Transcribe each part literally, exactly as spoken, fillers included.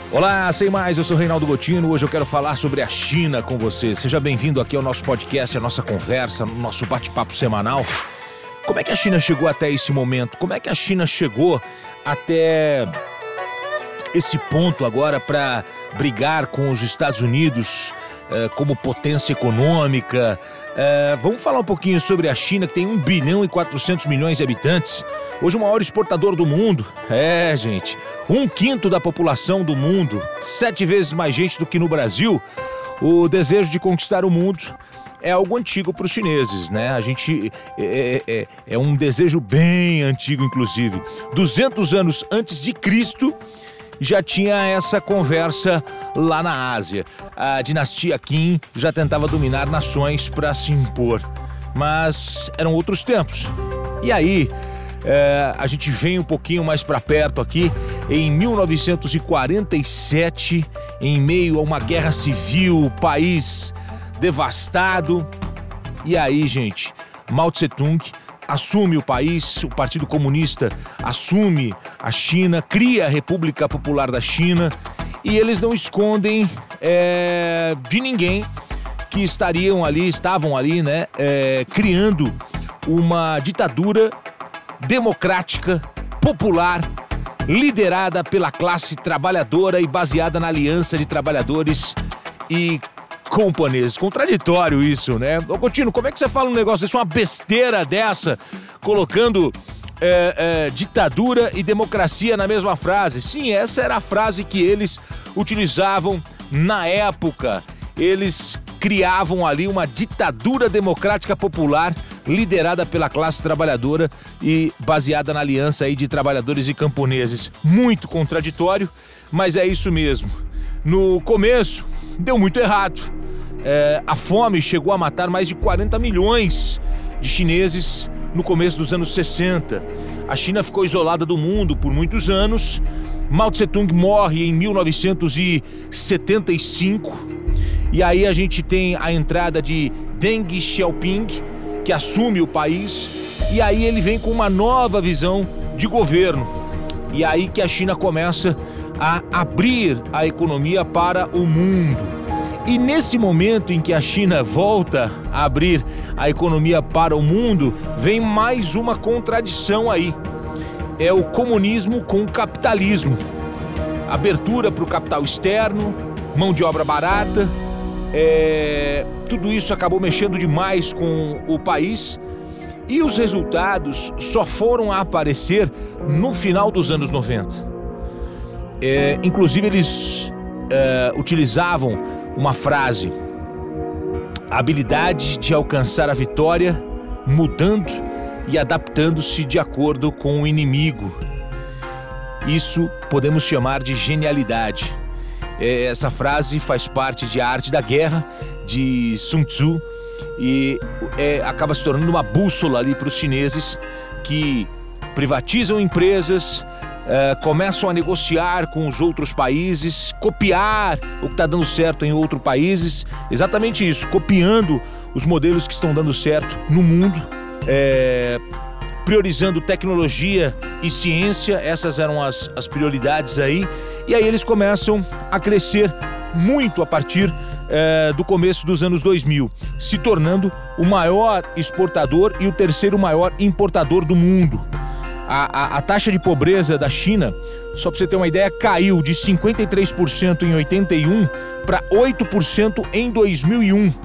Olá, sem mais, eu sou Reinaldo Gotino. Hoje eu quero falar sobre a China com você. Seja bem-vindo aqui ao nosso podcast, a nossa conversa, o nosso bate-papo semanal. Como é que a China chegou até esse momento? Como é que a China chegou até esse ponto agora para brigar com os Estados Unidos eh, como potência econômica? Eh, vamos falar um pouquinho sobre a China, que tem um bilhão e quatrocentos milhões de habitantes. Hoje o maior exportador do mundo. É, gente, um quinto da população do mundo, sete vezes mais gente do que no Brasil. O desejo de conquistar o mundo é algo antigo para os chineses, né? A gente é, é, é um desejo bem antigo, inclusive. duzentos anos antes de Cristo, já tinha essa conversa lá na Ásia. A dinastia Qin já tentava dominar nações para se impor, mas eram outros tempos. E aí, é, a gente vem um pouquinho mais para perto aqui, em mil novecentos e quarenta e sete, em meio a uma guerra civil, o país devastado. E aí, gente, Mao Tse-tung assume o país, o Partido Comunista assume a China, cria a República Popular da China, e eles não escondem é, de ninguém que estariam ali, estavam ali, né, é, criando uma ditadura democrática, popular, liderada pela classe trabalhadora e baseada na aliança de trabalhadores e camponeses. Contraditório isso, né? Ô, Coutinho, como é que você fala um negócio desse, uma besteira dessa, colocando é, é, ditadura e democracia na mesma frase? Sim, essa era a frase que eles utilizavam na época. Eles criavam ali uma ditadura democrática popular liderada pela classe trabalhadora e baseada na aliança aí de trabalhadores e camponeses. Muito contraditório, mas é isso mesmo. No começo, deu muito errado. É, a fome chegou a matar mais de quarenta milhões de chineses no começo dos anos sessenta. A China ficou isolada do mundo por muitos anos. Mao Tse-tung morre em mil novecentos e setenta e cinco. E aí a gente tem a entrada de Deng Xiaoping, que assume o país. E aí ele vem com uma nova visão de governo. E aí que a China começa a abrir a economia para o mundo. E nesse momento em que a China volta a abrir a economia para o mundo, vem mais uma contradição aí. É o comunismo com o capitalismo. Abertura para o capital externo, mão de obra barata. É... Tudo isso acabou mexendo demais com o país. E os resultados só foram a aparecer no final dos anos noventa. É... Inclusive eles é... utilizavam uma frase: a habilidade de alcançar a vitória mudando e adaptando-se de acordo com o inimigo. Isso podemos chamar de genialidade. Essa frase faz parte de A Arte da Guerra, de Sun Tzu, e é, acaba se tornando uma bússola ali para os chineses que privatizam empresas, Uh, começam a negociar com os outros países, copiar o que está dando certo em outros países, exatamente isso, copiando os modelos que estão dando certo no mundo, é, priorizando tecnologia e ciência. Essas eram as, as prioridades aí, e aí eles começam a crescer muito a partir é, do começo dos anos dois mil, se tornando o maior exportador e o terceiro maior importador do mundo. A, a, a taxa de pobreza da China, só para você ter uma ideia, caiu de cinquenta e três por cento em oitenta e um para oito por cento em dois mil e um.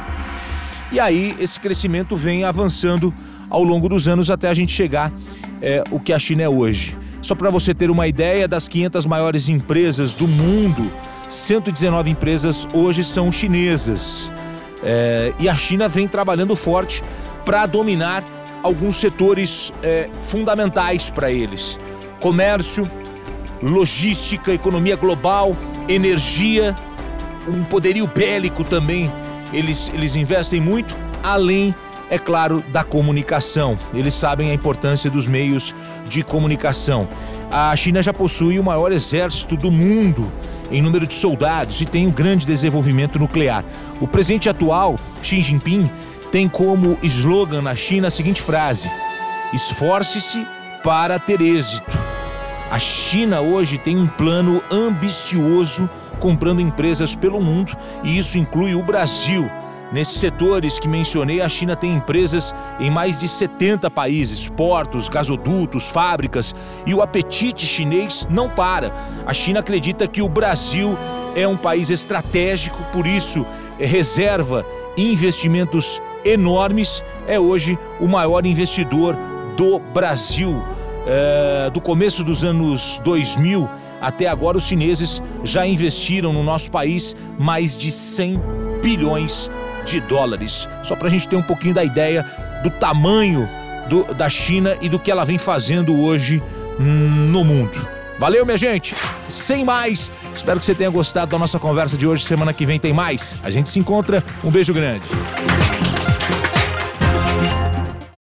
E aí esse crescimento vem avançando ao longo dos anos até a gente chegar é, o que a China é hoje. Só para você ter uma ideia, das quinhentas maiores empresas do mundo, cento e dezenove empresas hoje são chinesas. É, e a China vem trabalhando forte para dominar alguns setores é, fundamentais para eles: comércio, logística, economia global, energia, um poderio bélico também. Eles, eles investem muito, além, é claro, da comunicação. Eles sabem a importância dos meios de comunicação. A China já possui o maior exército do mundo em número de soldados e tem um grande desenvolvimento nuclear. O presidente atual, Xi Jinping, tem como slogan na China a seguinte frase: esforce-se para ter êxito. A China hoje tem um plano ambicioso comprando empresas pelo mundo e isso inclui o Brasil. Nesses setores que mencionei, a China tem empresas em mais de setenta países, portos, gasodutos, fábricas, e o apetite chinês não para. A China acredita que o Brasil é um país estratégico, por isso reserva investimentos enormes, é hoje o maior investidor do Brasil. É, do começo dos anos dois mil até agora, os chineses já investiram no nosso país mais de cem bilhões de dólares. Só para a gente ter um pouquinho da ideia do tamanho do, da China e do que ela vem fazendo hoje hum, no mundo. Valeu, minha gente! Sem mais, espero que você tenha gostado da nossa conversa de hoje. Semana que vem tem mais. A gente se encontra. Um beijo grande.